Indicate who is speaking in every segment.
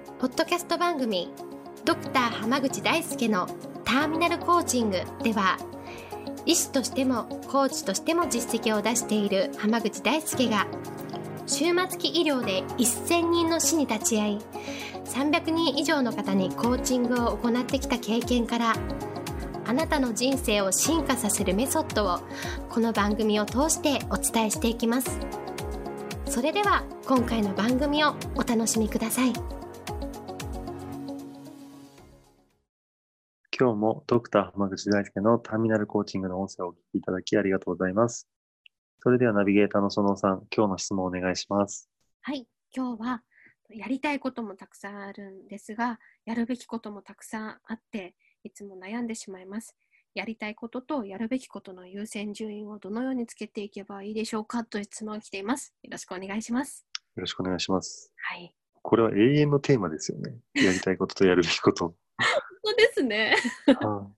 Speaker 1: ポッドキャスト番組ドクター濱口大輔のターミナルコーチングでは、医師としてもコーチとしても実績を出している濱口大輔が終末期医療で1000人の死に立ち会い、300人以上の方にコーチングを行ってきた経験から、あなたの人生を進化させるメソッドをこの番組を通してお伝えしていきます。それでは今回の番組をお楽しみください。
Speaker 2: 今日もドクター濱口大輔のターミナルコーチングの音声をお聞きいただきありがとうございます。それではナビゲーターの園さん、今日の質問をお願いします。
Speaker 1: はい、今日はやりたいこともたくさんあるんですが、やるべきこともたくさんあって、いつも悩んでしまいます。やりたいこととやるべきことの優先順位をどのようにつけていけばいいでしょうかという質問が来ています。よろしくお願いします。
Speaker 2: よろしくお願いします。
Speaker 1: はい。
Speaker 2: これは永遠のテーマですよね。やりたいこととやるべきこと。
Speaker 1: そうですね。
Speaker 2: はい。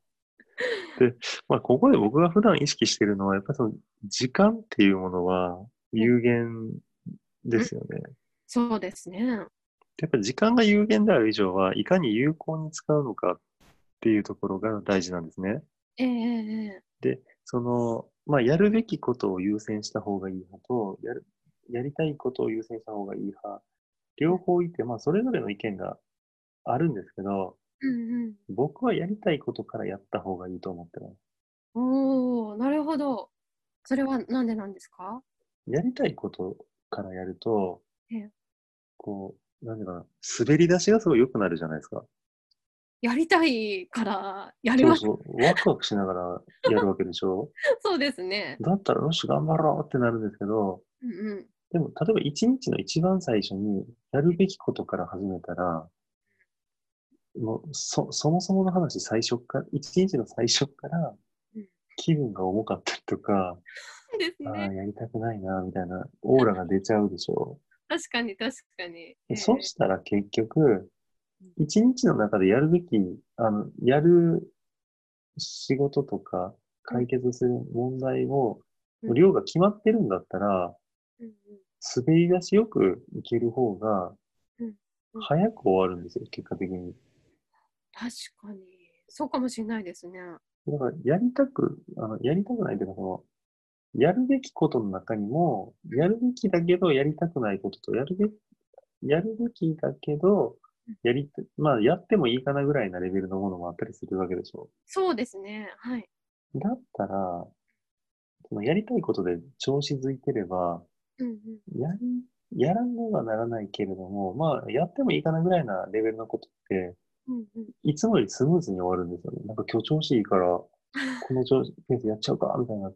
Speaker 2: で、ここで僕が普段意識しているのは、やっぱりその時間っていうものは有限ですよね。
Speaker 1: そうですね。
Speaker 2: やっぱり時間が有限である以上は、いかに有効に使うのかっていうところが大事なんですね。で、やるべきことを優先した方がいい派と、やりたいことを優先した方がいい派、両方いて、それぞれの意見があるんですけど、僕はやりたいことからやった方がいいと思ってます。
Speaker 1: おー、なるほど。それはなんでなんですか？
Speaker 2: やりたいことからやると、
Speaker 1: え
Speaker 2: なんていうかな、滑り出しがすごい良くなるじゃないですか。
Speaker 1: やりたいからやります。
Speaker 2: そうそう、ワクワクしながらやるわけでしょ。
Speaker 1: そうですね。
Speaker 2: だったら、よし、頑張ろうってなるんですけど、
Speaker 1: うんうん。
Speaker 2: でも、例えば一日の一番最初にやるべきことから始めたら、そもそもの話、一日の最初から
Speaker 1: うん、
Speaker 2: 気分が重かったりとか、
Speaker 1: そうですね。
Speaker 2: やりたくないな、みたいなオーラが出ちゃうでしょ。
Speaker 1: 確かに確かに。
Speaker 2: そうしたら結局、一日の中でやるべき、やる仕事とか
Speaker 1: うん
Speaker 2: 解決する問題を、
Speaker 1: うん
Speaker 2: 量が決まってるんだったら、
Speaker 1: うん
Speaker 2: 滑り出しよくいける方が
Speaker 1: うんうん。
Speaker 2: 早く終わるんですよ、結果的に。
Speaker 1: 確かに。そうかもしれないですね。
Speaker 2: だから、やりたくないというか、やるべきことの中にも、やるべきだけどやりたくないことと、やるべきだけど、やってもいいかなぐらいなレベルのものもあったりするわけでしょ。
Speaker 1: そうですね。はい。
Speaker 2: だったら、そのやりたいことで調子づいてれば、
Speaker 1: うんうん
Speaker 2: やり、やらねばならないけれども、やってもいいかなぐらいなレベルのことって、
Speaker 1: うんうん。
Speaker 2: いつもよりスムーズに終わるんですよね。なんか今日調子いいから、このペースやっちゃうか、みたいになって、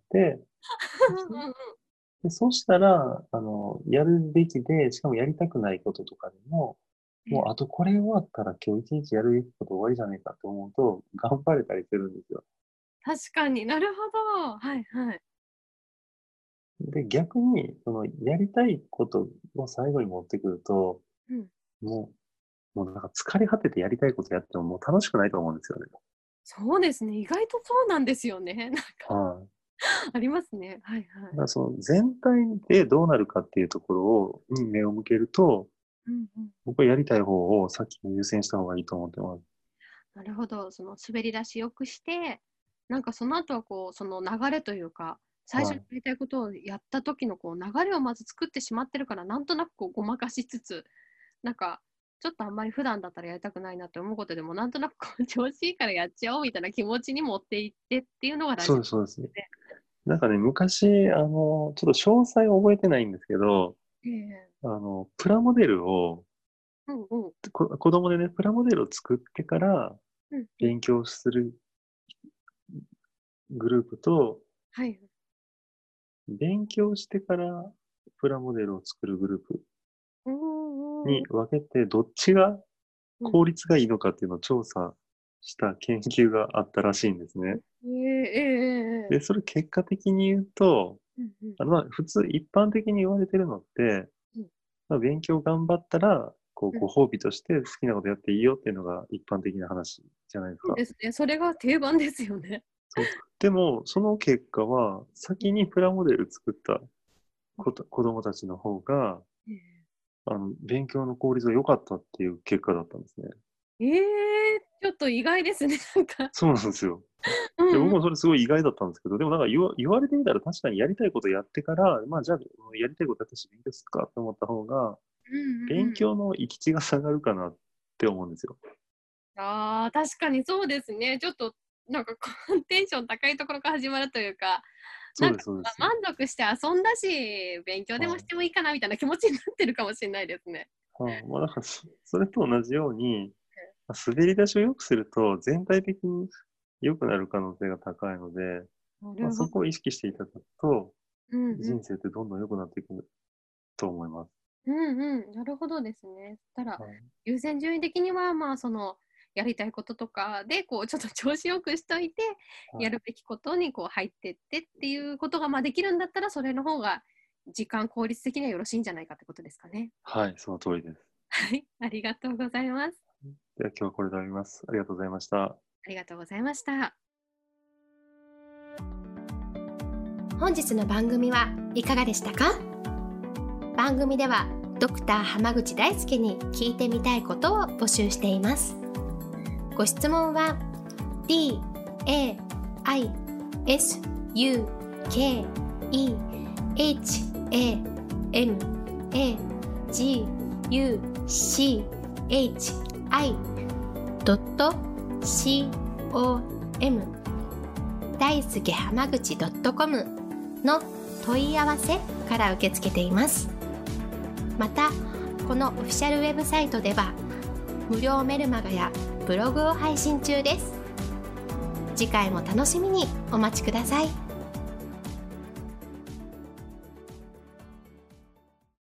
Speaker 2: そうしたら、やるべきで、しかもやりたくないこととかでも、もうあとこれ終わったら今日一日やるべきこと終わりじゃねえかと思うと、頑張れたりするんですよ。
Speaker 1: 確かになるほど。はいはい。
Speaker 2: で、逆に、やりたいことを最後に持ってくると、
Speaker 1: うん。
Speaker 2: ももうなんか疲れ果ててやりたいことやってももう楽しくないと思うんですよね。
Speaker 1: そうですね。意外とそうなんですよね。なんか
Speaker 2: はい。
Speaker 1: ありますね。はいはい。
Speaker 2: だからその全体でどうなるかっていうところに目を向けると、
Speaker 1: うんうん。
Speaker 2: 僕はやりたい方をさっきの優先した方がいいと思ってます。
Speaker 1: なるほど。その滑り出しよくして、なんかその後はこう、その流れというか、最初に
Speaker 2: はい。
Speaker 1: やりたいことをやった時のこう流れをまず作ってしまってるから、なんとなくこうごまかしつつ、なんかちょっとあんまり普段だったらやりたくないなって思うことでも、なんとなくこう調子いいからやっちゃおうみたいな気持ちに持っていってっていうのが大事で
Speaker 2: そうです、そうです。
Speaker 1: すね。
Speaker 2: なんかね、昔、ちょっと詳細を覚えてないんですけど、
Speaker 1: ええ、
Speaker 2: プラモデルを、
Speaker 1: うんうん
Speaker 2: 子供でね、プラモデルを作ってから
Speaker 1: うんうん。
Speaker 2: 勉強するグループと、
Speaker 1: はい。
Speaker 2: 勉強してからプラモデルを作るグループ
Speaker 1: うんうん
Speaker 2: に分けて、どっちが
Speaker 1: うん。
Speaker 2: 効率がいいのかっていうのを調査した研究があったらしいんですね。
Speaker 1: ええええええ。
Speaker 2: で、それ結果的に言うと、
Speaker 1: うんうん
Speaker 2: 普通一般的に言われてるのって、
Speaker 1: うん
Speaker 2: 勉強頑張ったら、
Speaker 1: うん。
Speaker 2: ご褒美として好きなことやっていいよっていうのが一般的な話じゃないですか。
Speaker 1: そうですね。それが定番ですよね。
Speaker 2: そう。でも、その結果は、先にプラモデル作った子供たちの方が、
Speaker 1: ええ。
Speaker 2: 勉強の効率が良かったっていう結果だったんですね。
Speaker 1: ちょっと意外ですね、なんか。
Speaker 2: そうなんですよ。で、
Speaker 1: うんうん。
Speaker 2: 僕もそれすごい意外だったんですけど、でもなんか言われてみたら確かにやりたいことやってから、じゃあ、やりたいことやったし勉強するかって思った方が、
Speaker 1: うんうん。
Speaker 2: 勉強の行き地が下がるかなって思うんですよ。
Speaker 1: ああ、確かにそうですね。ちょっとなんかテンション高いところから始まるというか、
Speaker 2: そうです、
Speaker 1: なんか、
Speaker 2: そうです。
Speaker 1: 満足して遊んだし、勉強でも
Speaker 2: はい。
Speaker 1: してもいいかなみたいな気持ちになってるかもしれないですね。
Speaker 2: だからそれと同じように、滑り出しを良くすると全体的に良くなる可能性が高いので、
Speaker 1: なるほど。
Speaker 2: そこを意識していただくと、
Speaker 1: うんうん。
Speaker 2: 人生ってどんどん良くなっていくと思います。
Speaker 1: うんうん。なるほどですね。そしたら、
Speaker 2: はい。
Speaker 1: 優先順位的には、やりたいこととかで、ちょっと調子よくしといて、
Speaker 2: はい。
Speaker 1: やるべきことに入ってってっていうことが、できるんだったら、それの方が時間効率的にはよろしいんじゃないかってことですかね。
Speaker 2: はい、その通りです。
Speaker 1: はい、ありがとうございます。
Speaker 2: では今日はこれで終わります。ありがとうございました。
Speaker 1: ありがとうございました。
Speaker 3: 本日の番組はいかがでしたか？番組ではドクター濱口大輔に聞いてみたいことを募集しています。ご質問は daisukhamaguchi.com 大輔濱口 .com の問い合わせから受け付けています。また、このオフィシャルウェブサイトでは無料メルマガやブログを配信中です。次回も楽しみにお待ちください。